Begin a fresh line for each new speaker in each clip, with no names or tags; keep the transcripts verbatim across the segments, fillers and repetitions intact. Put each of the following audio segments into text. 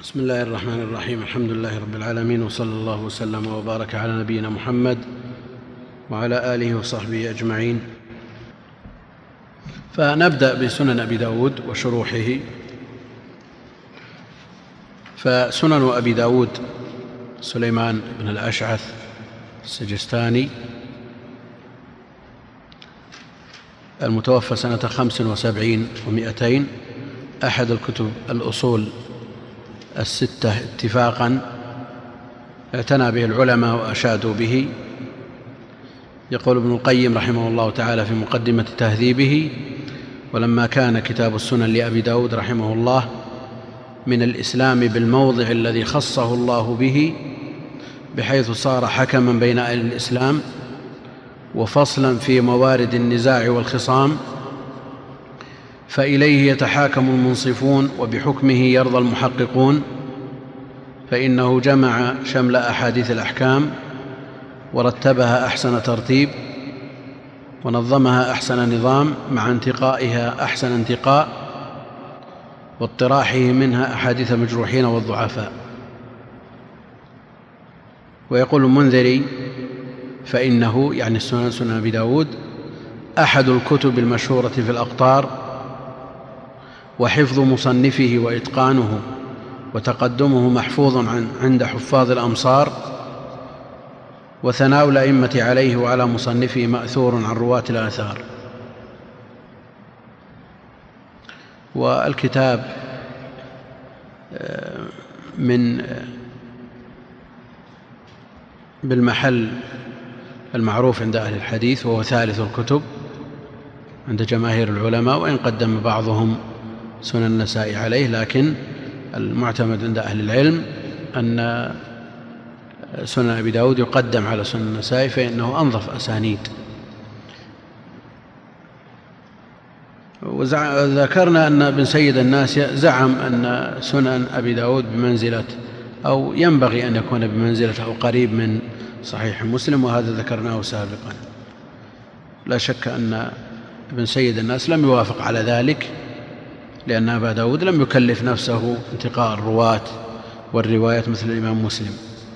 بسم الله الرحمن الرحيم. الحمد لله رب العالمين، وصلى الله وسلم وبارك على نبينا محمد وعلى آله وصحبه أجمعين. فنبدأ بسنن أبي داود وشروحه. فسنن أبي داود سليمان بن الأشعث السجستاني المتوفى سنة خمس وسبعين ومائتين، أحد الكتب الأصول الستة اتفاقا اعتنى به العلماء وأشادوا به. يقول ابن القيم رحمه الله تعالى في مقدمة تهذيبه: ولما كان كتاب السنن لأبي داود رحمه الله من الإسلام بالموضع الذي خصه الله به، بحيث صار حكما بين أهل الإسلام وفصلا في موارد النزاع والخصام، فإليه يتحاكم المنصفون وبحكمه يرضى المحققون، فإنه جمع شمل أحاديث الأحكام ورتبها أحسن ترتيب ونظمها أحسن نظام، مع انتقائها أحسن انتقاء واطراحه منها أحاديث المجروحين والضعفاء. ويقول المنذري: فإنه يعني السنن سنن أبي داود أحد الكتب المشهورة في الأقطار، وحفظ مصنفه وإتقانه وتقدمه محفوظ عند حفاظ الأمصار، وثناء الأئمة عليه وعلى مصنفه مأثور عن رواة الآثار. والكتاب من بالمحل المعروف عند أهل الحديث، وهو ثالث الكتب عند جماهير العلماء، وإن قدم بعضهم سنن النسائي عليه، لكن المعتمد عند أهل العلم أن سنن أبي داود يقدم على سنن النسائي، فإنه أنظف أسانيد. وذكرنا أن ابن سيد الناس زعم أن سنن أبي داود بمنزلة أو ينبغي أن يكون بمنزلة أو قريب من صحيح مسلم، وهذا ذكرناه سابقا. لا شك أن ابن سيد الناس لم يوافق على ذلك، لأن أبا داود لم يكلف نفسه انتقاء الرواة والروايات مثل الإمام مسلم.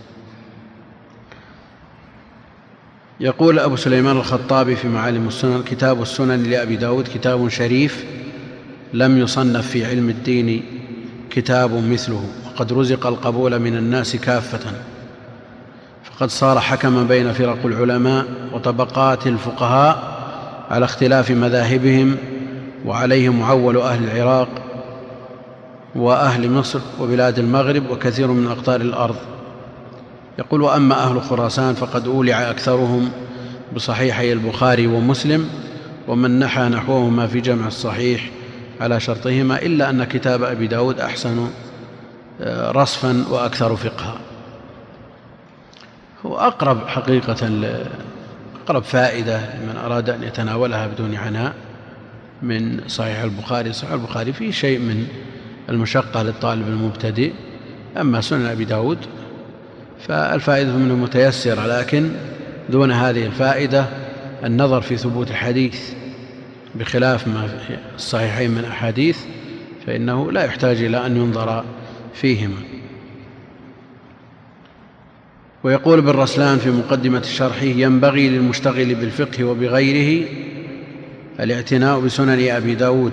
يقول أبو سليمان الخطابي في معالم السنن: كتاب السنن لأبي داود كتاب شريف، لم يصنف في علم الدين كتاب مثله، وقد رزق القبول من الناس كافة، فقد صار حكما بين فرق العلماء وطبقات الفقهاء على اختلاف مذاهبهم، وعليه معول أهل العراق وأهل مصر وبلاد المغرب وكثير من أقطار الأرض. يقول: وأما أهل خراسان فقد أولع أكثرهم بصحيحي البخاري ومسلم، ومن نحى نحوهما في جمع الصحيح على شرطهما، إلا أن كتاب أبي داود أحسن رصفا وأكثر فقها. هو أقرب حقيقة أقرب فائدة لمن أراد أن يتناولها بدون عناء من صحيح البخاري. صحيح البخاري فيه شيء من المشقة للطالب المبتدئ، أما سنن أبي داود فالفائدة منه متيسرة، لكن دون هذه الفائدة النظر في ثبوت الحديث، بخلاف ما في الصحيحين من أحاديث فإنه لا يحتاج إلى أن ينظر فيهما. ويقول ابن رسلان في مقدمة شرحه: ينبغي للمشتغل بالفقه وبغيره الاعتناء بسنن أبي داود،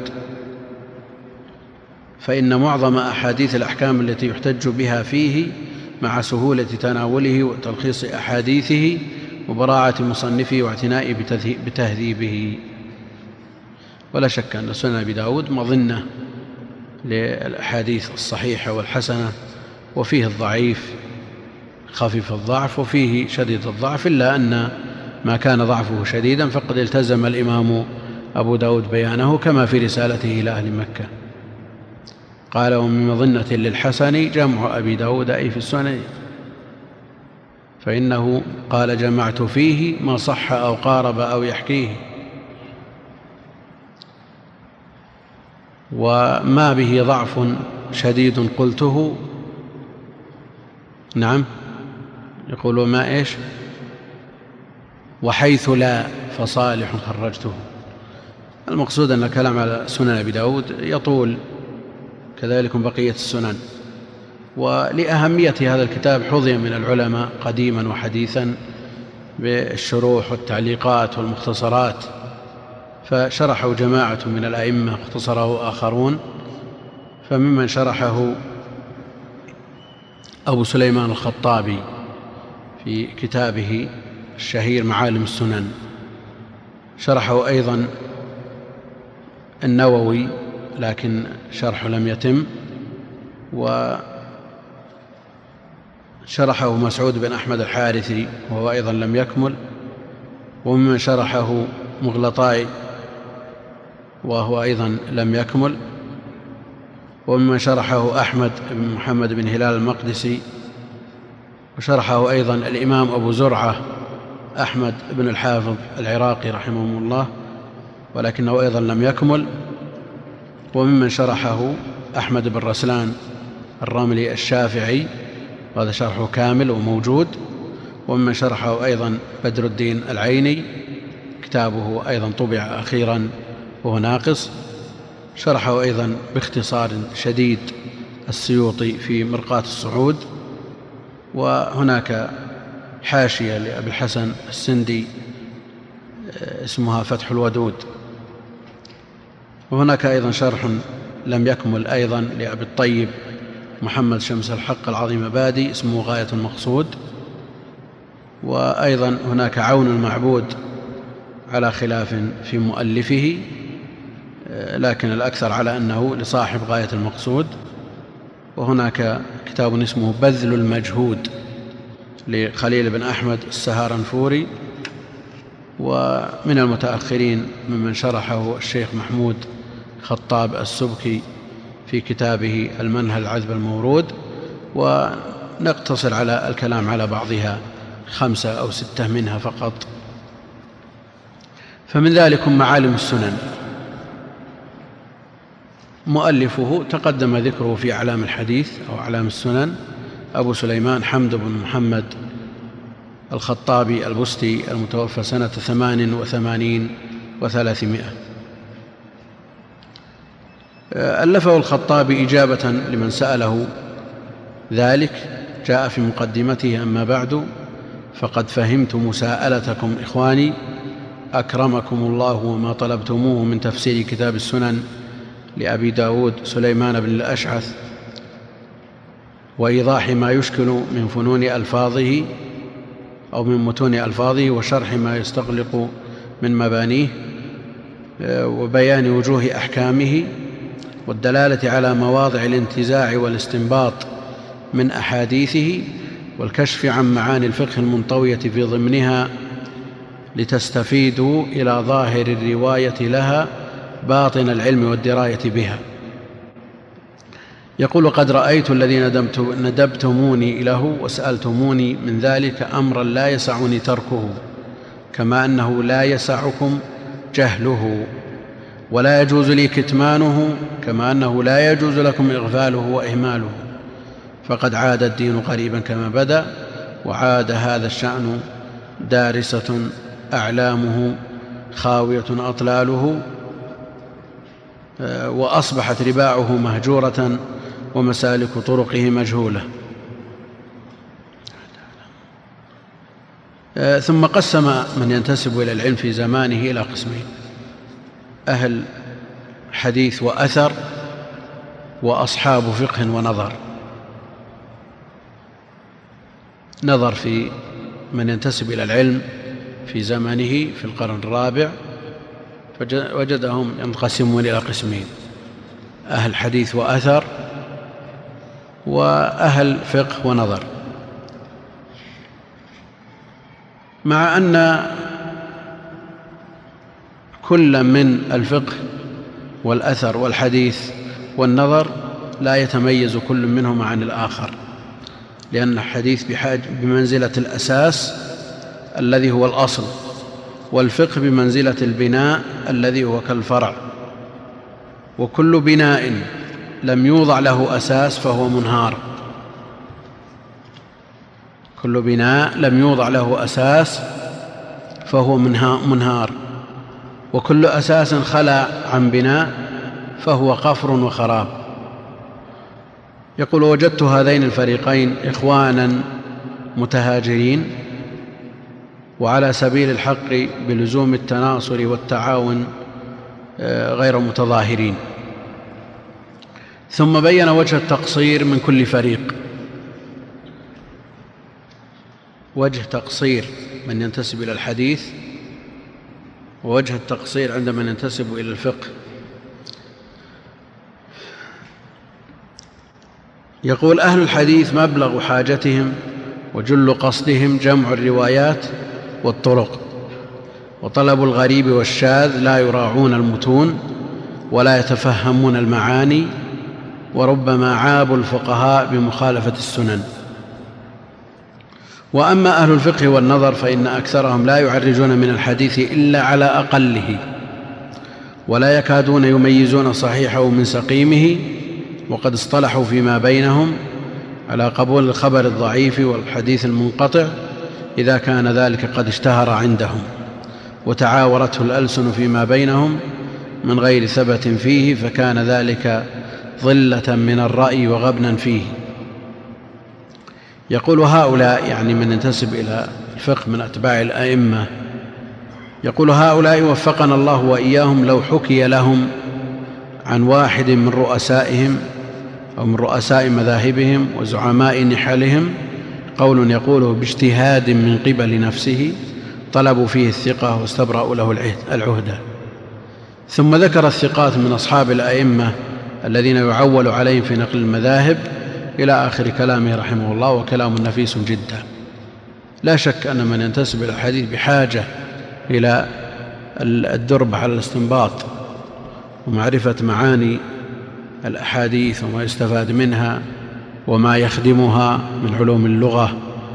فإن معظم أحاديث الأحكام التي يحتج بها فيه، مع سهولة تناوله وتلخيص أحاديثه وبراعة مصنفه واعتنائه بتهذيبه. ولا شك أن سنن أبي داود مظنة للأحاديث الصحيحة والحسنة، وفيه الضعيف خفيف الضعف وفيه شديد الضعف، إلا أن ما كان ضعفه شديدا فقد التزم الإمام أبو داود بيانه، كما في رسالته إلى أهل مكة قال: ومن مظنة للحسن جمع أبي داود أي في السنن، فإنه قال: جمعت فيه ما صح أو قارب أو يحكيه، وما به ضعف شديد قلته. نعم، يقول: وما إيش وحيث لا فصالح خرجته. المقصود أن الكلام على سنن أبي داود يطول، كذلك بقية السنن، ولأهمية هذا الكتاب حظي من العلماء قديما وحديثا بالشروح والتعليقات والمختصرات، فشرحه جماعة من الأئمة، اختصره آخرون. فممن شرحه أبو سليمان الخطابي في كتابه الشهير معالم السنن، شرحه أيضا النووي لكن شرحه لم يتم، وشرحه مسعود بن أحمد الحارثي وهو أيضا لم يكمل، وممن شرحه مغلطاي وهو أيضا لم يكمل، وممن شرحه أحمد بن محمد بن هلال المقدسي، وشرحه أيضا الإمام أبو زرعة أحمد بن الحافظ العراقي رحمه الله ولكنه أيضا لم يكمل، وممن شرحه أحمد بن رسلان الرملي الشافعي وهذا شرحه كامل وموجود، وممن شرحه أيضا بدر الدين العيني كتابه أيضا طبع أخيرا وهو ناقص، شرحه أيضا باختصار شديد السيوطي في مرقاة الصعود، وهناك حاشية لأبي الحسن السندي اسمها فتح الودود، وهناك أيضا شرح لم يكمل أيضا لأبي الطيب محمد شمس الحق العظيم بادي اسمه غاية المقصود، وأيضا هناك عون المعبود على خلاف في مؤلفه لكن الأكثر على أنه لصاحب غاية المقصود، وهناك كتاب اسمه بذل المجهود لخليل بن أحمد السهارنفوري، ومن المتأخرين ممن شرحه الشيخ محمود خطاب السبكي في كتابه المنهل العذب المورود، ونقتصر على الكلام على بعضها خمسة أو ستة منها فقط. فمن ذلك معالم السنن، مؤلفه تقدم ذكره في أعلام الحديث أو أعلام السنن أبو سليمان حمد بن محمد الخطابي البستي المتوفى سنة ثمان وثمانين وثلاثمائة. ألفه الخطابي إجابة لمن سأله ذلك، جاء في مقدمته: أما بعد فقد فهمت مساءلتكم إخواني أكرمكم الله وما طلبتموه من تفسير كتاب السنن لأبي داود سليمان بن الأشعث وإيضاح ما يشكل من فنون ألفاظه أو من متون ألفاظه وشرح ما يستغلق من مبانيه وبيان وجوه أحكامه والدلالة على مواضع الانتزاع والاستنباط من أحاديثه والكشف عن معاني الفقه المنطوية في ضمنها لتستفيدوا إلى ظاهر الرواية لها باطن العلم والدراية بها. يقول: قد رأيت الذي ندبتموني له وسألتموني من ذلك أمرا لا يسعني تركه، كما أنه لا يسعكم جهله ولا يجوز لي كتمانه، كما أنه لا يجوز لكم إغفاله وإهماله، فقد عاد الدين قريبا كما بدأ، وعاد هذا الشأن دارسة أعلامه خاوية أطلاله، وأصبحت رباعه مهجورة ومسالك طرقه مجهولة. ثم قسم من ينتسب إلى العلم في زمانه إلى قسمين: أهل حديث وأثر، وأصحاب فقه ونظر. نظر في من ينتسب إلى العلم في زمانه في القرن الرابع، فوجدهم ينقسمون إلى قسمين: أهل حديث وأثر، وأهل فقه ونظر. مع أن كل من الفقه والأثر والحديث والنظر لا يتميز كل منهما عن الآخر، لأن الحديث بحاجة بمنزلة الأساس الذي هو الأصل، والفقه بمنزلة البناء الذي هو كالفرع، وكل بناء لم يوضع له أساس فهو منهار. كل بناء لم يوضع له أساس فهو منهار، وكل أساس خلا عن بناء فهو قفر وخراب. يقول: وجدت هذين الفريقين إخوانا متهاجرين وعلى سبيل الحق بلزوم التناصر والتعاون غير متظاهرين، ثم بين وجه التقصير من كل فريق. وجه تقصير من ينتسب إلى الحديث ووجه التقصير عند من ينتسب إلى الفقه. يقول: أهل الحديث مبلغ حاجتهم وجل قصدهم جمع الروايات والطرق، وطلب الغريب والشاذ، لا يراعون المتون ولا يتفهمون المعاني، وربما عابوا الفقهاء بمخالفة السنن. وأما أهل الفقه والنظر فإن أكثرهم لا يعرجون من الحديث إلا على أقله، ولا يكادون يميزون صحيحه من سقيمه، وقد اصطلحوا فيما بينهم على قبول الخبر الضعيف والحديث المنقطع إذا كان ذلك قد اشتهر عندهم، وتعاورته الألسن فيما بينهم من غير ثبت فيه، فكان ذلك ضلة من الرأي وغبنا فيه. يقول: هؤلاء، يعني من ينتسب إلى الفقه من أتباع الأئمة، يقول: هؤلاء وفقنا الله وإياهم لو حكي لهم عن واحد من رؤسائهم أو من رؤساء مذاهبهم وزعماء نحلهم قول يقوله باجتهاد من قبل نفسه، طلبوا فيه الثقة واستبرأوا له العهدة. ثم ذكر الثقات من أصحاب الأئمة الذين يعول عليهم في نقل المذاهب إلى آخر كلامه رحمه الله، وكلام نفيس جدا. لا شك أن من ينتسب إلى الحديث بحاجة إلى الدرب على الاستنباط ومعرفة معاني الأحاديث وما يستفاد منها وما يخدمها من علوم اللغة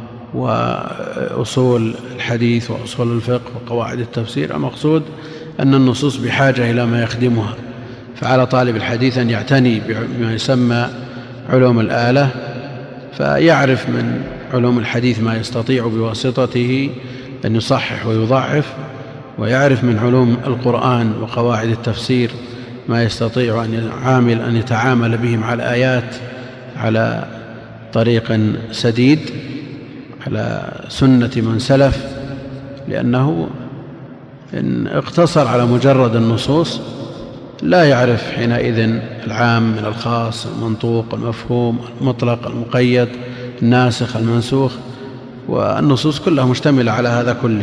وأصول الحديث وأصول الفقه وقواعد التفسير. المقصود أن النصوص بحاجة إلى ما يخدمها، فعلى طالب الحديث أن يعتني بما يسمى علوم الآلة، فيعرف من علوم الحديث ما يستطيع بواسطته أن يصحح ويضعف، ويعرف من علوم القرآن وقواعد التفسير ما يستطيع أن يعامل أن يتعامل به مع الآيات على طريق سديد على سنة من سلف، لأنه إن اقتصر على مجرد النصوص لا يعرف حينئذ العام من الخاص، المنطوق، المفهوم، المطلق، المقيد، الناسخ، المنسوخ، والنصوص كلها مشتملة على هذا كله.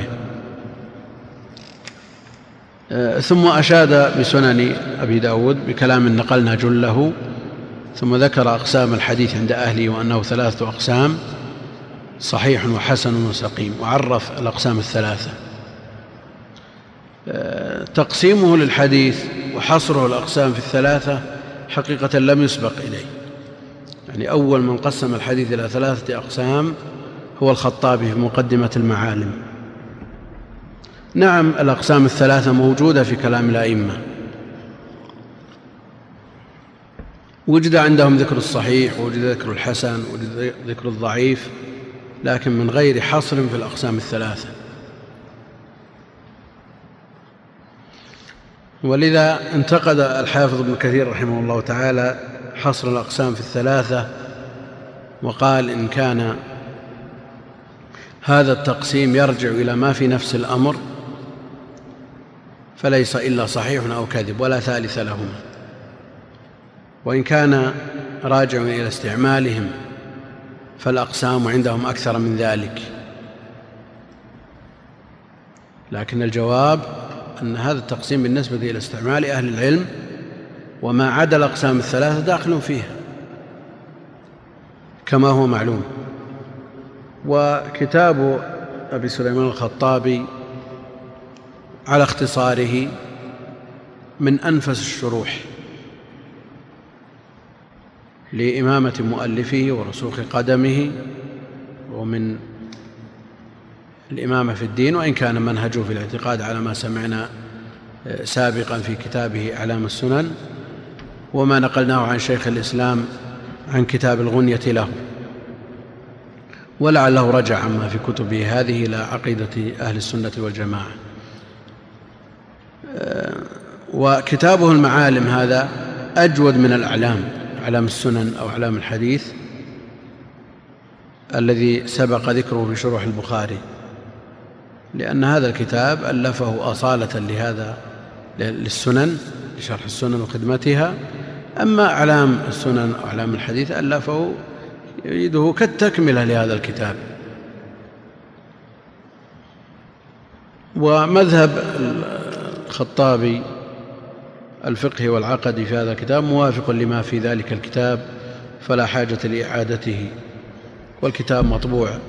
ثم أشاد بسنن أبي داود بكلام نقلنا جله، ثم ذكر أقسام الحديث عند أهله وأنه ثلاثة أقسام: صحيح وحسن وسقيم، وعرف الأقسام الثلاثة. تقسيمه للحديث وحصره الأقسام في الثلاثة حقيقة لم يسبق إليه، يعني أول من قسم الحديث إلى ثلاثة أقسام هو الخطابي في مقدمة المعالم. نعم، الأقسام الثلاثة موجودة في كلام الأئمة، وجد عندهم ذكر الصحيح، ووجد ذكر الحسن، ووجد ذكر الضعيف، لكن من غير حصر في الأقسام الثلاثة. ولذا انتقد الحافظ ابن كثير رحمه الله تعالى حصر الأقسام في الثلاثة، وقال: إن كان هذا التقسيم يرجع إلى ما في نفس الأمر فليس إلا صحيح أو كذب ولا ثالث لهما، وإن كان راجع إلى استعمالهم فالأقسام عندهم أكثر من ذلك. لكن الجواب أن هذا التقسيم بالنسبة إلى استعمال أهل العلم، وما عدا الأقسام الثلاثة داخل فيها كما هو معلوم. وكتاب أبي سليمان الخطابي على اختصاره من أنفس الشروح لإمامة مؤلفه ورسوخ قدمه ومن الإمامة في الدين، وإن كان منهجه في الاعتقاد على ما سمعنا سابقا في كتابه أعلام السنن، وما نقلناه عن شيخ الإسلام عن كتاب الغنية له، ولعله رجع عما في كتبه هذه إلى عقيدة أهل السنة والجماعة. وكتابه المعالم هذا أجود من الأعلام، أعلام السنن أو أعلام الحديث الذي سبق ذكره في شروح البخاري، لأن هذا الكتاب ألفه أصالة لهذا للسنن، لشرح السنن وخدمتها. أما أعلام السنن أو أعلام الحديث ألفه يريده كالتكملة لهذا الكتاب. ومذهب الخطابي الفقهي والعقدي في هذا الكتاب موافق لما في ذلك الكتاب، فلا حاجة لإعادته. والكتاب مطبوع،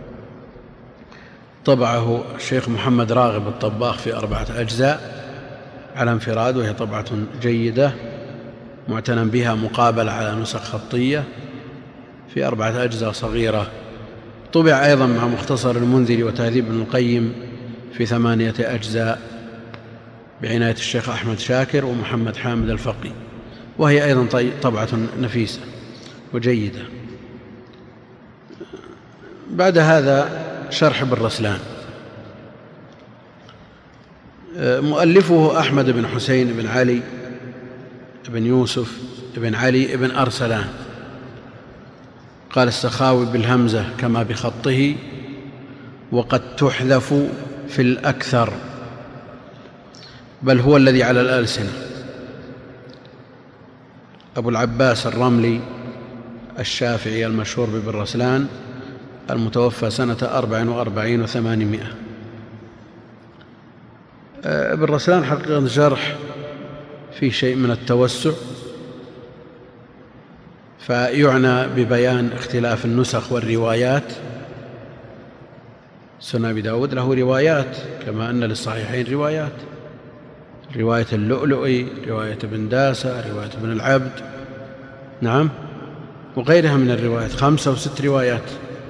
طبعه الشيخ محمد راغب الطباخ في أربعة أجزاء على انفراد، وهي طبعة جيدة معتنى بها مقابلة على نسخ خطية في أربعة أجزاء صغيرة. طبع أيضا مع مختصر المنذري وتهذيب ابن القيم في ثمانية أجزاء بعناية الشيخ أحمد شاكر ومحمد حامد الفقي، وهي أيضا طبعة نفيسة وجيدة. بعد هذا شرح ابن رسلان. مؤلفه أحمد بن حسين بن علي بن يوسف بن علي بن أرسلان. قال السخاوي بالهمزة كما بخطه، وقد تحذف في الأكثر، بل هو الذي على الألسنة. أبو العباس الرملي الشافعي المشهور بابن رسلان، المتوفى سنة أربع وأربعين وثمانمائة. ابن رسلان حقيقة جرح فيه شيء من التوسع، فيعنى ببيان اختلاف النسخ والروايات. سنن أبي داود له روايات كما أن للصحيحين روايات، رواية اللؤلؤي، رواية ابن داسة، رواية ابن العبد، نعم، وغيرها من الروايات، خمسة وست روايات.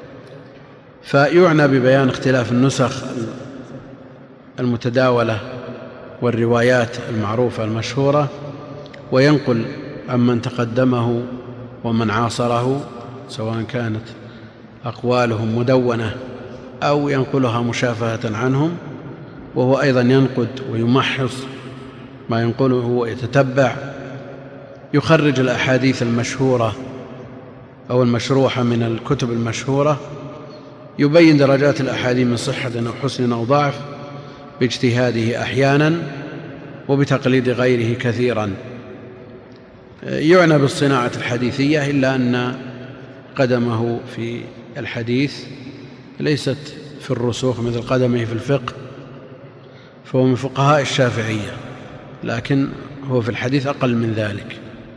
فيعنى ببيان اختلاف النسخ المتداولة والروايات المعروفة المشهورة، وينقل عمن تقدمه ومن عاصره، سواء كانت أقوالهم مدونة أو ينقلها مشافهة عنهم، وهو أيضا ينقد ويمحص ما ينقله ويتتبع، يخرج الأحاديث المشهورة أو المشروحة من الكتب المشهورة، يبين درجات الأحاديث من صحة أو حسن أو ضعف باجتهاده أحيانا وبتقليد غيره كثيرا. يعنى بالصناعة الحديثية، إلا أن قدمه في الحديث ليست في الرسوخ مثل قدمه في الفقه، فهو من فقهاء الشافعية، لكن هو في الحديث أقل من ذلك.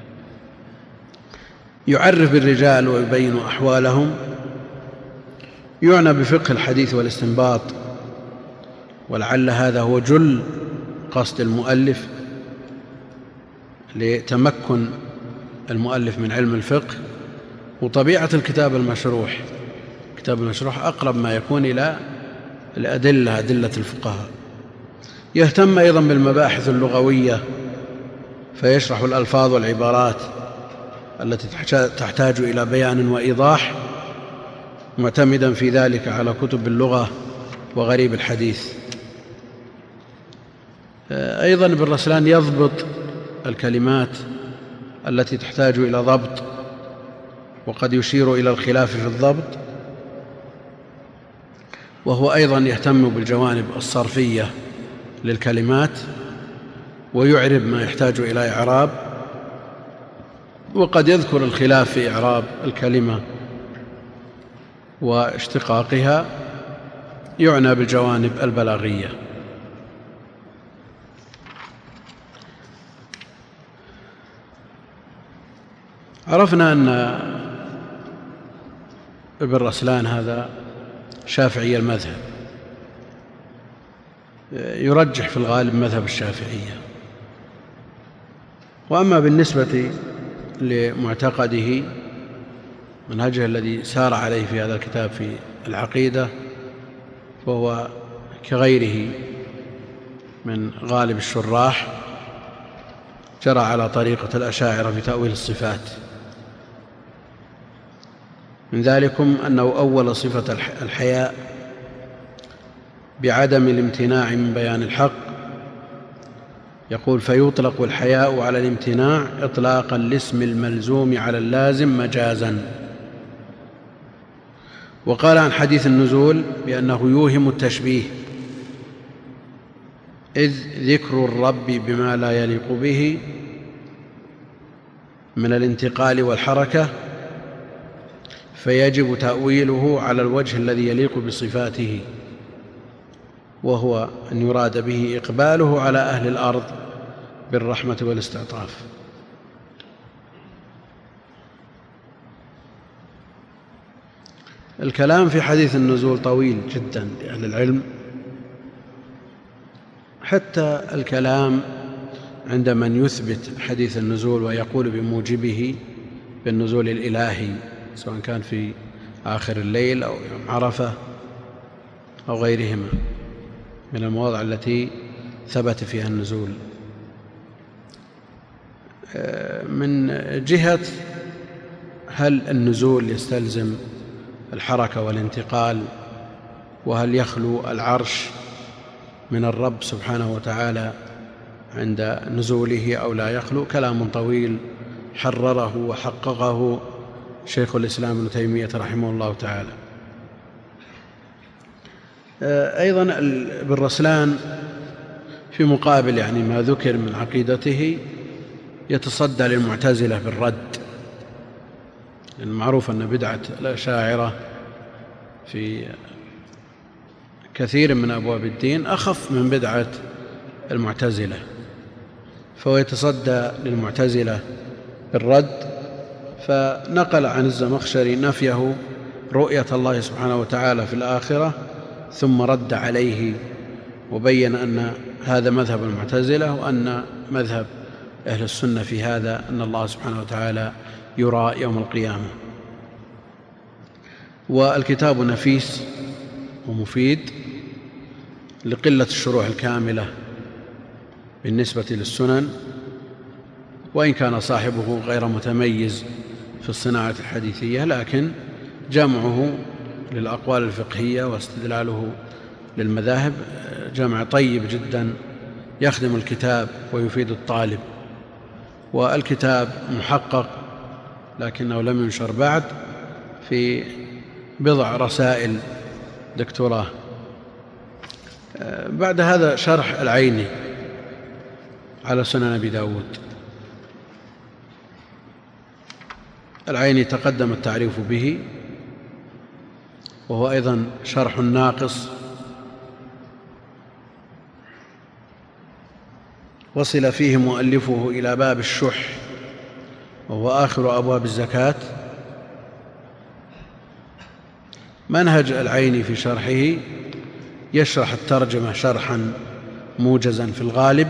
يعرف بالرجال ويبين أحوالهم. يعنى بفقه الحديث والاستنباط، ولعل هذا هو جل قصد المؤلف لتمكن المؤلف من علم الفقه. وطبيعة الكتاب المشروح، الكتاب المشروح أقرب ما يكون إلى الأدلة، أدلة الفقهاء. يهتم أيضا بالمباحث اللغوية، فيشرح الألفاظ والعبارات التي تحتاج إلى بيان وإيضاح، معتمدا في ذلك على كتب اللغة وغريب الحديث. أيضا ابن رسلان يضبط الكلمات التي تحتاج إلى ضبط، وقد يشير إلى الخلاف في الضبط. وهو أيضا يهتم بالجوانب الصرفية للكلمات، ويعرب ما يحتاج إلى إعراب، وقد يذكر الخلاف في إعراب الكلمة واشتقاقها. يعنى بالجوانب البلاغية. عرفنا أن ابن رسلان هذا شافعي المذهب، يرجح في الغالب مذهب الشافعية. وأما بالنسبة لمعتقده، منهجه الذي سار عليه في هذا الكتاب في العقيدة، فهو كغيره من غالب الشراح جرى على طريقة الأشاعرة في تأويل الصفات. من ذلكم أنه أول صفة الحياء بعدم الامتناع من بيان الحق، يقول: فيطلق الحياء على الامتناع إطلاقا لاسم الملزوم على اللازم مجازا. وقال عن حديث النزول بأنه يوهم التشبيه، إذ ذكر الرب بما لا يليق به من الانتقال والحركة فيجب تأويله على الوجه الذي يليق بصفاته، وهو أن يراد به إقباله على أهل الأرض بالرحمة والاستعطاف. الكلام في حديث النزول طويل جدا لأهل العلم، حتى الكلام عند من يثبت حديث النزول ويقول بموجبه بالنزول الإلهي، سواء كان في آخر الليل أو يوم عرفة أو غيرهما من المواضع التي ثبت فيها النزول. من جهة هل النزول يستلزم الحركة والانتقال، وهل يخلو العرش من الرب سبحانه وتعالى عند نزوله أو لا يخلو، كلام طويل حرره وحققه شيخ الإسلام ابن تيمية رحمه الله تعالى. أيضا ابن رسلان في مقابل يعني ما ذكر من عقيدته يتصدى للمعتزلة بالرد، المعروف أن بدعة الأشاعرة في كثير من أبواب الدين أخف من بدعة المعتزلة، فهو يتصدى للمعتزلة بالرد، فنقل عن الزمخشري نفيه رؤية الله سبحانه وتعالى في الآخرة، ثم رد عليه وبين أن هذا مذهب المعتزلة، وأن مذهب أهل السنة في هذا أن الله سبحانه وتعالى يرى يوم القيامة. والكتاب نفيس ومفيد لقلة الشروح الكاملة بالنسبة للسنن، وإن كان صاحبه غير متميز في الصناعة الحديثية، لكن جمعه للأقوال الفقهية واستدلاله للمذاهب جمع طيب جدا يخدم الكتاب ويفيد الطالب. والكتاب محقق لكنه لم ينشر بعد، في بضع رسائل دكتوراه. بعد هذا شرح العيني على سنن أبي داود. العيني تقدم التعريف به، وهو أيضا شرح ناقص، وصل فيه مؤلفه إلى باب الشح، وهو آخر أبواب الزكاة. منهج العيني في شرحه يشرح الترجمة شرحا موجزا في الغالب،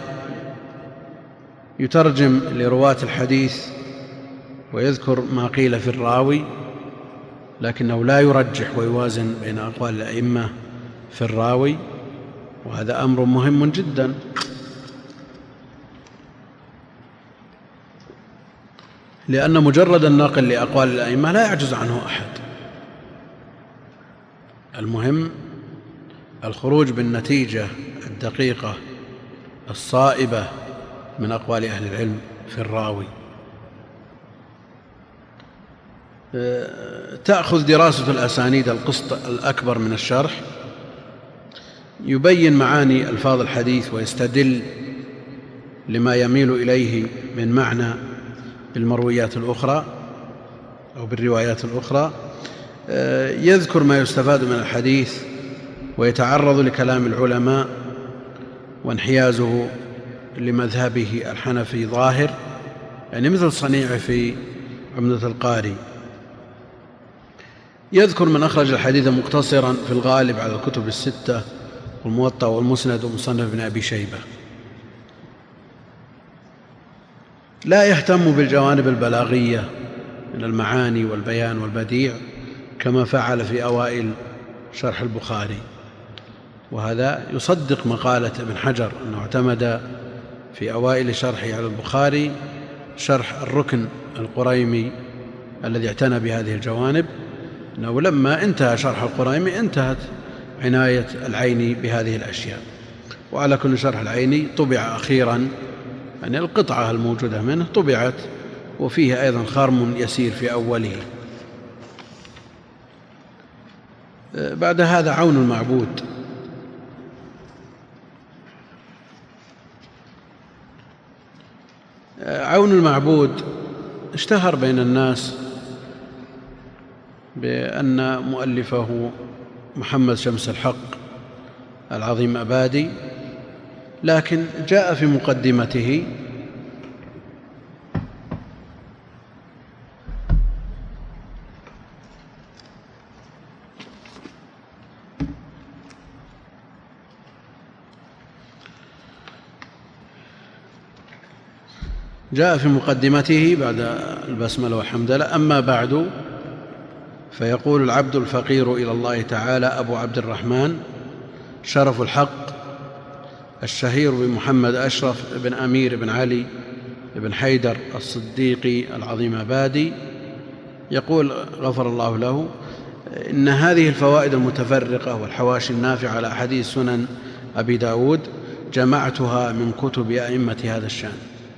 يترجم لرواة الحديث ويذكر ما قيل في الراوي، لكنه لا يرجح ويوازن بين أقوال الأئمة في الراوي، وهذا أمر مهم جدا. لأن مجرد النقل لأقوال الأئمة لا يعجز عنه أحد، المهم الخروج بالنتيجة الدقيقة الصائبة من أقوال أهل العلم في الراوي. تأخذ دراسة الأسانيد القسط الأكبر من الشرح، يبين معاني ألفاظ الحديث ويستدل لما يميل إليه من معنى بالمرويات الأخرى أو بالروايات الأخرى، يذكر ما يستفاد من الحديث ويتعرض لكلام العلماء، وانحيازه لمذهبه الحنفي ظاهر، يعني مثل صنيعه في عمدة القاري. يذكر من أخرج الحديث مقتصرا في الغالب على الكتب الستة والموطأ والمسند ومصنف ابن أبي شيبة. لا يهتم بالجوانب البلاغية من المعاني والبيان والبديع كما فعل في أوائل شرح البخاري، وهذا يصدق مقالة ابن حجر أنه اعتمد في أوائل شرحه على البخاري شرح الركن القريمي الذي اعتنى بهذه الجوانب، أنه لما انتهى شرح القريمي انتهت عناية العيني بهذه الأشياء. وعلى كل شرح العيني طبع أخيرا، يعني القطعة الموجودة منه طبعت، وفيه أيضا خرم يسير في أوله. بعد هذا عون المعبود. عون المعبود اشتهر بين الناس بأن مؤلفه محمد شمس الحق العظيم أبادي، لكن جاء في مقدمته جاء في مقدمته بعد البسملة والحمدلله: أما بعد، فيقول العبد الفقير إلى الله تعالى أبو عبد الرحمن شرف الحق الشهير بمحمد أشرف بن أمير بن علي بن حيدر الصديقي العظيم أبادي، يقول غفر الله له: إن هذه الفوائد المتفرقة والحواشي النافعة على أحاديث سنن أبي داود جمعتها من كتب أئمة هذا الشأن.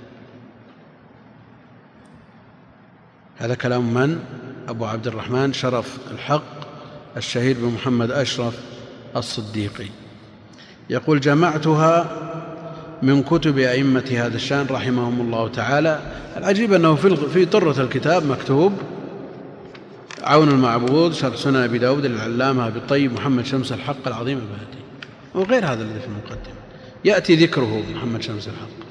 هذا كلام من؟ أبو عبد الرحمن شرف الحق الشهير بمحمد أشرف الصديقي، يقول: جمعتها من كتب أئمة هذا الشأن رحمهم الله تعالى. العجيب أنه في طرة الكتاب مكتوب: عون المعبود شرح سنن أبي داود للعلامة أبي الطيب محمد شمس الحق العظيم أبادي، وغير هذا الذي في المقدمة يأتي ذكره محمد شمس الحق.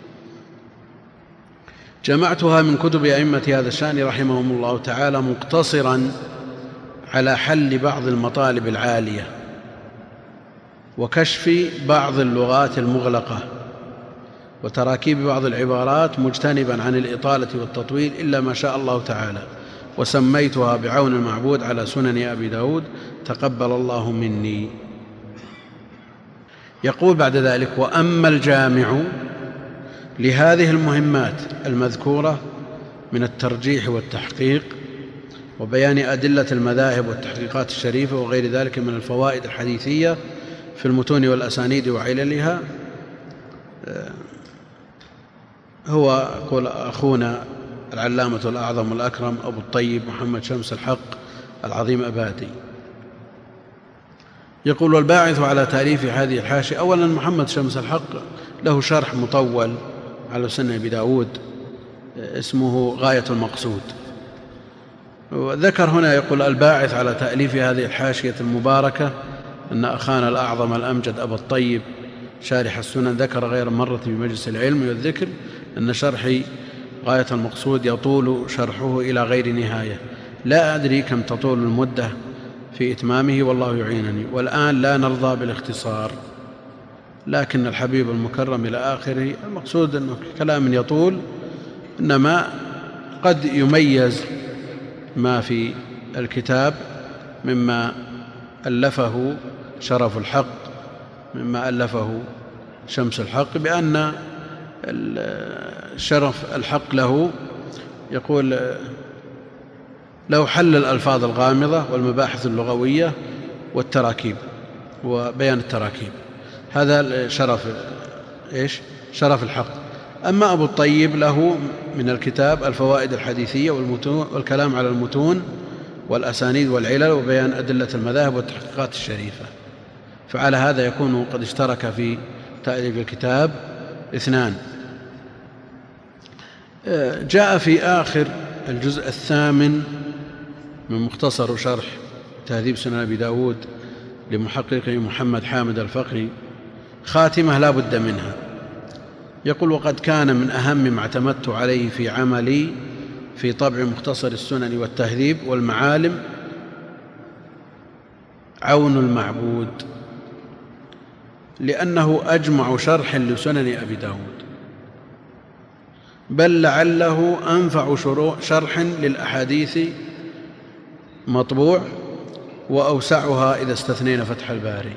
جمعتها من كتب أئمة هذا الشأن رحمهم الله تعالى مقتصرا على حل بعض المطالب العالية وكشف بعض اللغات المغلقة وتراكيب بعض العبارات، مجتنبا عن الإطالة والتطويل إلا ما شاء الله تعالى، وسميتها بعون المعبود على سنن أبي داود تقبل الله مني. يقول بعد ذلك: وأما الجامع لهذه المهمات المذكورة من الترجيح والتحقيق وبيان أدلة المذاهب والتحقيقات الشريفة وغير ذلك من الفوائد الحديثية في المتون والأسانيد وعللها، هو يقول أخونا العلامة الأعظم الأكرم أبو الطيب محمد شمس الحق العظيم أبادي. يقول: والباعث على تأليف هذه الحاشية، أولا محمد شمس الحق له شرح مطول على سنن أبي داود اسمه غاية المقصود، وذكر هنا يقول: الباعث على تأليف هذه الحاشية المباركة أن أخانا الأعظم الأمجد أبا الطيب شارح السنن ذكر غير مرة في مجلس العلم والذكر أن شرح غاية المقصود يطول شرحه إلى غير نهاية، لا أدري كم تطول المدة في إتمامه والله يعينني، والآن لا نرضى بالاختصار، لكن الحبيب المكرم إلى آخره. المقصود أنه كلام يطول، إنما قد يميز ما في الكتاب مما ألفه شرف الحق مما ألفه شمس الحق، بأن شرف الحق له يقول له حل الألفاظ الغامضة والمباحث اللغوية والتراكيب وبيان التراكيب، هذا شرف إيش؟ شرف الحق. أما أبو الطيب له من الكتاب الفوائد الحديثية والمتون والكلام على المتون والأسانيد والعلل وبيان أدلة المذاهب والتحقيقات الشريفة، فعلى هذا يكون قد اشترك في تأليف الكتاب اثنان. جاء في آخر الجزء الثامن من مختصر شرح تهذيب سنن أبي داود لمحققه محمد حامد الفقري خاتمة لا بد منها. يقول: وقد كان من أهم ما اعتمدت عليه في عملي في طبع مختصر السنن والتهذيب والمعالم عون المعبود، لأنه أجمع شرح لسنن أبي داود، بل لعله أنفع شرح للأحاديث مطبوع وأوسعها إذا استثنينا فتح الباري.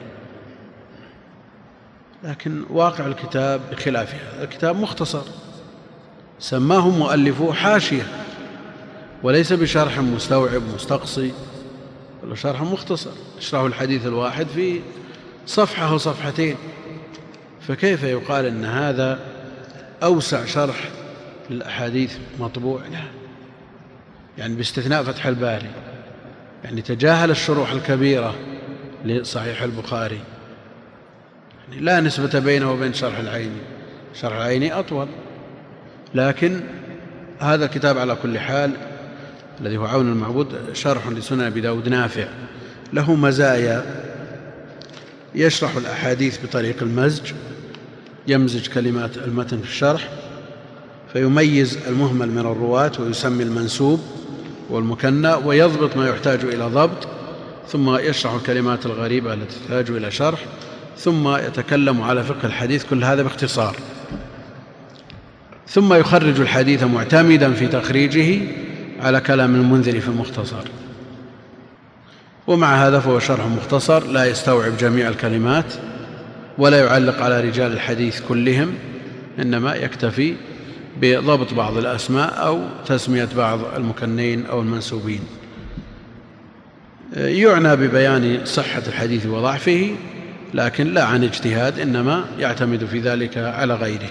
لكن واقع الكتاب بخلاف هذا، الكتاب مختصر سماه مؤلفه حاشية وليس بشرح مستوعب مستقصي، ولا شرح مختصر يشرح الحديث الواحد في صفحة أو صفحتين، فكيف يقال أن هذا أوسع شرح للأحاديث مطبوع؟ لا، يعني باستثناء فتح الباري، يعني تجاهل الشروح الكبيرة لصحيح البخاري، يعني لا نسبة بينه وبين شرح العيني، شرح العيني أطول، لكن هذا الكتاب على كل حال الذي هو عون المعبود شرح لسنن أبي داود نافع، له مزايا، يشرح الأحاديث بطريق المزج، يمزج كلمات المتن في الشرح فيميز المهمل من الرواة ويسمي المنسوب والمكنى ويضبط ما يحتاج إلى ضبط، ثم يشرح الكلمات الغريبة التي تحتاج إلى شرح، ثم يتكلم على فقه الحديث، كل هذا باختصار، ثم يخرج الحديث معتمدا في تخريجه على كلام المنذر في المختصر. ومع هذا فهو شرح مختصر لا يستوعب جميع الكلمات ولا يعلق على رجال الحديث كلهم، إنما يكتفي بضبط بعض الأسماء أو تسمية بعض المكنين أو المنسوبين. يعنى ببيان صحة الحديث وضعفه، لكن لا عن اجتهاد، إنما يعتمد في ذلك على غيره.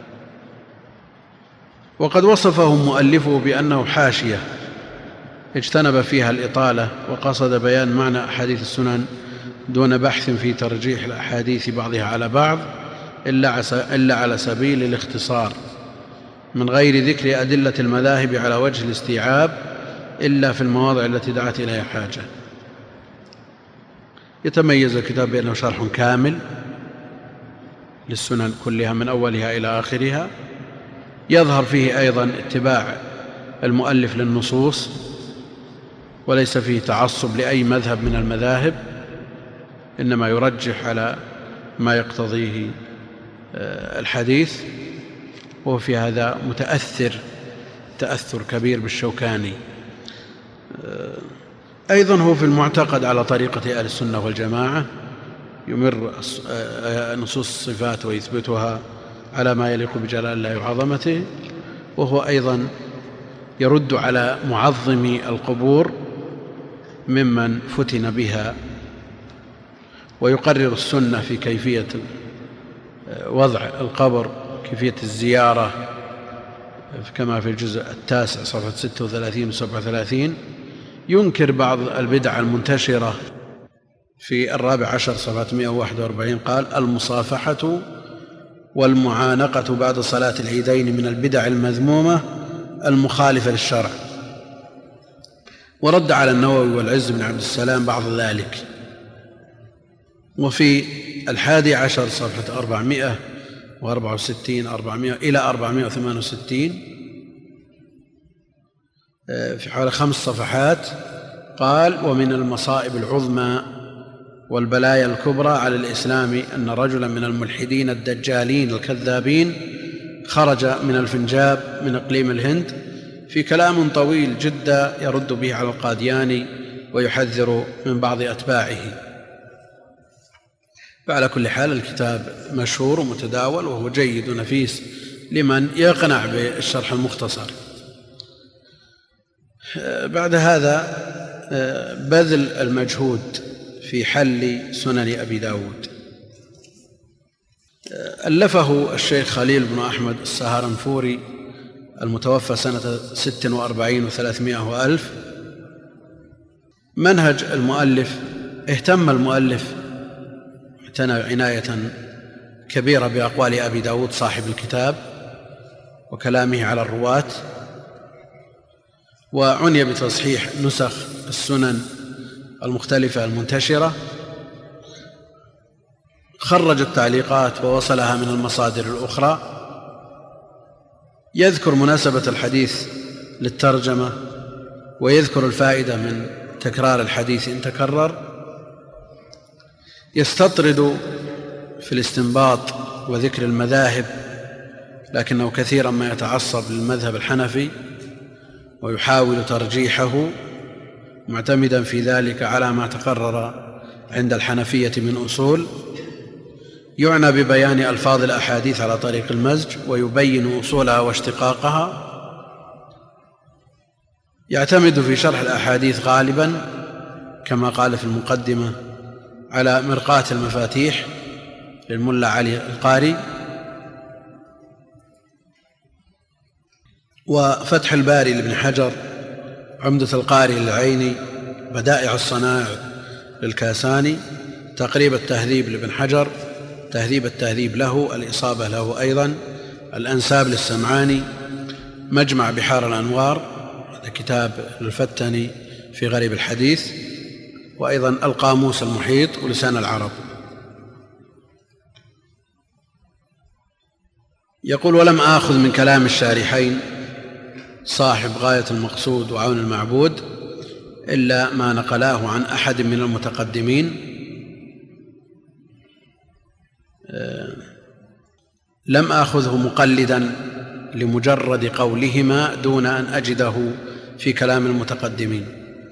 وقد وصفه مؤلفه بأنه حاشية اجتنب فيها الإطالة وقصد بيان معنى أحاديث السنن دون بحث في ترجيح الأحاديث بعضها على بعض إلا على سبيل الاختصار، من غير ذكر أدلة المذاهب على وجه الاستيعاب إلا في المواضع التي دعت إليها حاجة. يتميز الكتاب بأنه شرح كامل للسنن كلها من أولها إلى آخرها، يظهر فيه أيضا اتباع المؤلف للنصوص وليس فيه تعصب لأي مذهب من المذاهب، إنما يرجح على ما يقتضيه الحديث، وهو في هذا متأثر تأثر كبير بالشوكاني. أيضا هو في المعتقد على طريقة أهل السنة والجماعة، يمر نصوص الصفات ويثبتها على ما يليق بجلال الله وعظمته، وهو أيضا يرد على معظمي القبور ممن فتن بها، ويقرر السنة في كيفية وضع القبر، كيفية الزيارة، كما في الجزء التاسع صفحة ستة وثلاثين وسبعة وثلاثين. ينكر بعض البدع المنتشرة في الرابع عشر صفحة مئة وواحد وأربعين، قال: المصافحة والمعانقة بعد صلاة العيدين من البدع المذمومة المخالفة للشرع. ورد على النووي والعز بن عبد السلام بعض ذلك. وفي الحادي عشر صفحة أربعمائة وأربعة وستين أربعمائة إلى أربعمائة وثمانية وستين في حوالي خمس صفحات قال: ومن المصائب العظمى والبلايا الكبرى على الإسلام أن رجلا من الملحدين الدجالين الكذابين خرج من الفنجاب من إقليم الهند في كلام طويل جدا يرد به على القادياني ويحذر من بعض أتباعه. فعلى كل حال الكتاب مشهور ومتداول، وهو جيد ونفيس لمن يقنع بالشرح المختصر. بعد هذا بذل المجهود في حل سنن أبي داود. ألفه الشيخ خليل بن أحمد السهرنفوري المتوفى سنة ست وأربعين وثلاثمائة وألف. منهج المؤلف: اهتم المؤلف اعتنى عناية كبيرة بأقوال أبي داود صاحب الكتاب وكلامه على الرواة، وعني بتصحيح نسخ السنن المختلفة المنتشرة، خرج التعليقات ووصلها من المصادر الأخرى، يذكر مناسبة الحديث للترجمة ويذكر الفائدة من تكرار الحديث إن تكرر، يستطرد في الاستنباط وذكر المذاهب، لكنه كثيرا ما يتعصب للمذهب الحنفي ويحاول ترجيحه معتمدا في ذلك على ما تقرر عند الحنفية من أصول. يعنى ببيان ألفاظ الأحاديث على طريق المزج ويبين أصولها واشتقاقها. يعتمد في شرح الأحاديث غالبا كما قال في المقدمة على مرقاة المفاتيح، للملا علي القاري. وفتح الباري لابن حجر، عمدة القاري للعيني، بدائع الصنائع للكاساني، تقريب التهذيب لابن حجر، تهذيب التهذيب له، الإصابة له أيضا، الأنساب للسمعاني، مجمع بحار الأنوار، هذا كتاب للفتني في غريب الحديث، وأيضا القاموس المحيط ولسان العرب. يقول: ولم آخذ من كلام الشارحين صاحب غاية المقصود وعون المعبود إلا ما نقلاه عن أحد من المتقدمين، لم آخذه مقلدا لمجرد قولهما دون أن أجده في كلام المتقدمين.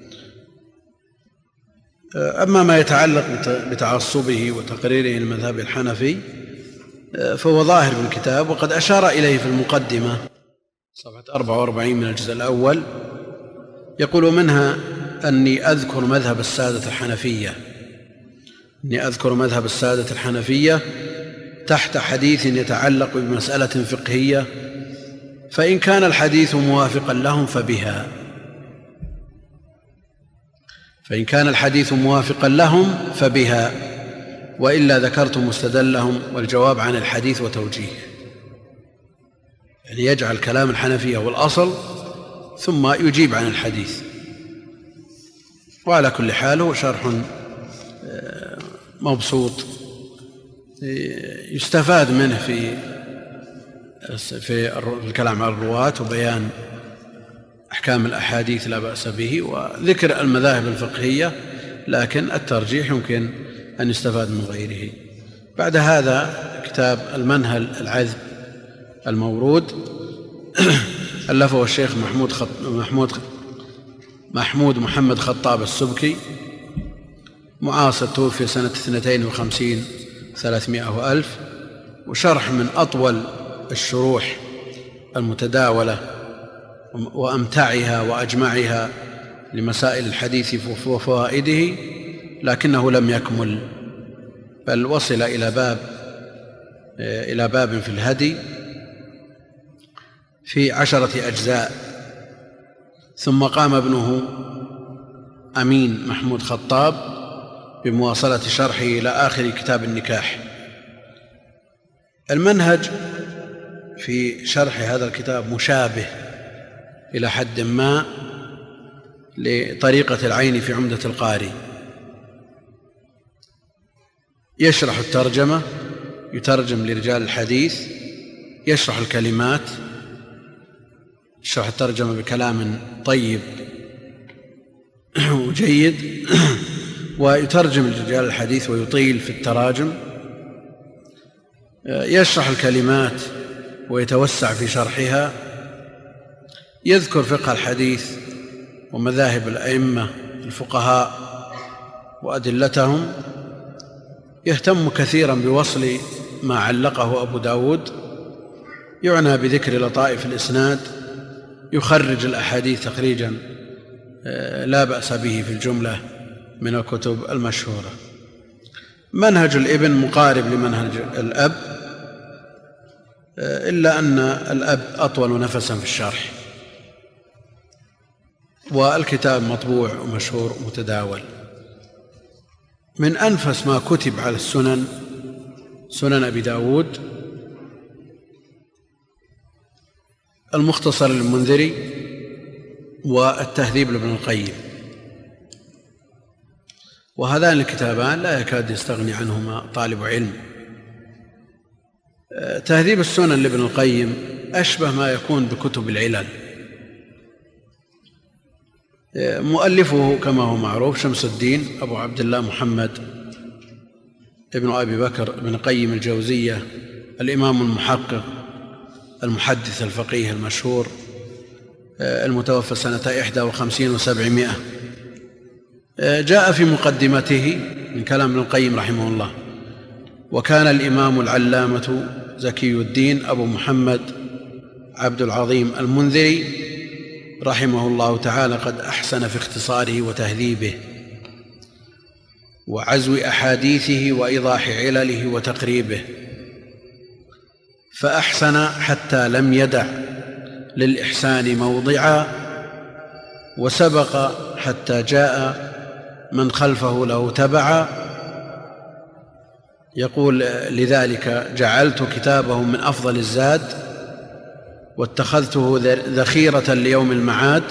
أما ما يتعلق بتعصبه وتقريره للمذهب الحنفي فهو ظاهر في الكتاب، وقد أشار إليه في المقدمة صفحة أربعة وأربعين من الجزء الأول. يقول: منها أني أذكر مذهب السادة الحنفية أني أذكر مذهب السادة الحنفية تحت حديث يتعلق بمسألة فقهية، فإن كان الحديث موافقا لهم فبها فإن كان الحديث موافقا لهم فبها وإلا ذكرت مستدلهم والجواب عن الحديث وتوجيهه. يعني يجعل كلام الحنفية هو الأصل ثم يجيب عن الحديث. وعلى كل حال هو شرح مبسوط يستفاد منه في في الكلام على الرواة وبيان أحكام الأحاديث لا بأس به، وذكر المذاهب الفقهية، لكن الترجيح يمكن أن يستفاد من غيره. بعد هذا كتاب المنهل العذب المورود ألفه الشيخ محمود خط... محمود محمود محمد خطاب السبكي، معاصر، توفي سنة اثنتين وخمسين ثلاثمائة وألف، وشرح من أطول الشروح المتداولة وأمتعها وأجمعها لمسائل الحديث وفوائده، لكنه لم يكمل، بل وصل إلى باب إلى باب في الهدي في عشرة أجزاء، ثم قام ابنه أمين محمود خطاب بمواصلة شرحه إلى آخر كتاب النكاح. المنهج في شرح هذا الكتاب مشابه إلى حد ما لطريقة العين في عمدة القاري. يشرح الترجمة، يترجم لرجال الحديث، يشرح الكلمات، يشرح الترجمة بكلام طيب وجيد، ويترجم لرجال الحديث ويطيل في التراجم، يشرح الكلمات ويتوسع في شرحها، يذكر فقه الحديث ومذاهب الأئمة الفقهاء وأدلتهم، يهتم كثيرا بوصل ما علقه أبو داود، يعنى بذكر لطائف الإسناد، يخرج الأحاديث تخريجا لا بأس به في الجملة من الكتب المشهورة. منهج الابن مقارب لمنهج الأب، إلا أن الأب أطول نفسا في الشرح، والكتاب مطبوع ومشهور ومتداول. من أنفس ما كتب على السنن سنن أبي داود المختصر للمنذري والتهذيب لابن القيم، وهذان الكتابان لا يكاد يستغني عنهما طالب علم. تهذيب السنن لابن القيم أشبه ما يكون بكتب العلل. مؤلفه كما هو معروف شمس الدين أبو عبد الله محمد ابن أبي بكر بن قيم الجوزية، الإمام المحقق المحدث الفقيه المشهور، المتوفى سنة إحدى وخمسين وسبعمائة. جاء في مقدمته من كلام ابن القيم رحمه الله: وكان الإمام العلامة زكي الدين أبو محمد عبد العظيم المنذري رحمه الله تعالى قد أحسن في اختصاره وتهذيبه، وعزو أحاديثه وإيضاح علله وتقريبه، فأحسن حتى لم يدع للإحسان موضعا، وسبق حتى جاء من خلفه له تبعا. يقول: لذلك جعلت كتابه من أفضل الزاد، واتخذته ذخيرة ليوم المعاد،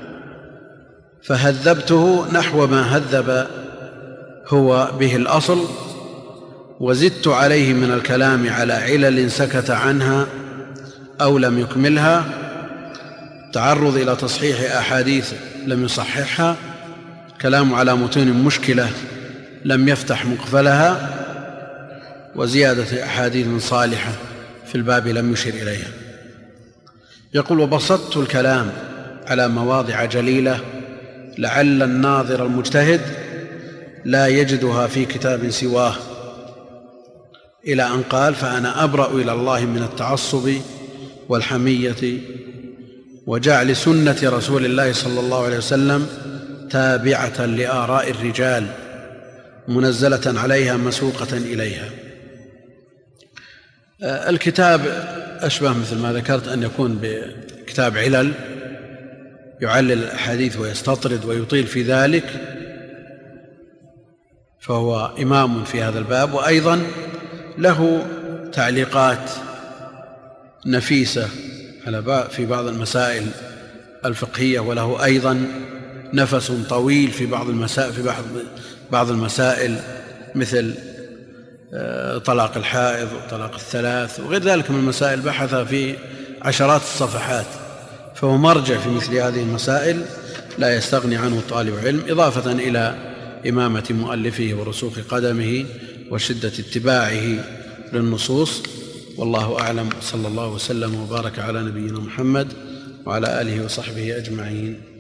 فهذبته نحو ما هذب هو به الأصل، وزدت عليه من الكلام على علل سكت عنها أو لم يكملها، تعرض إلى تصحيح أحاديث لم يصححها، كلام على متون مشكلة لم يفتح مقفلها، وزيادة أحاديث صالحة في الباب لم يشر إليها. يقول: وبسطت الكلام على مواضع جليلة لعل الناظر المجتهد لا يجدها في كتاب سواه، إلى أن قال: فأنا أبرأ إلى الله من التعصب والحمية وجعل سنة رسول الله صلى الله عليه وسلم تابعة لآراء الرجال منزلة عليها مسوقة إليها. الكتاب أشبه مثل ما ذكرت أن يكون بكتاب علل، يعلل الأحاديث ويستطرد ويطيل في ذلك، فهو إمام في هذا الباب، وأيضا له تعليقات نفيسة في بعض المسائل الفقهية، وله أيضا نفس طويل في بعض المسائل في بعض المسائل مثل طلاق الحائض وطلاق الثلاث وغير ذلك من المسائل، بحث في عشرات الصفحات، فهو مرجع في مثل هذه المسائل لا يستغني عنه طالب علم، إضافة إلى إمامة مؤلفه ورسوخ قدمه وشدة اتباعه للنصوص. والله أعلم، صلى الله وسلم وبارك على نبينا محمد وعلى آله وصحبه أجمعين.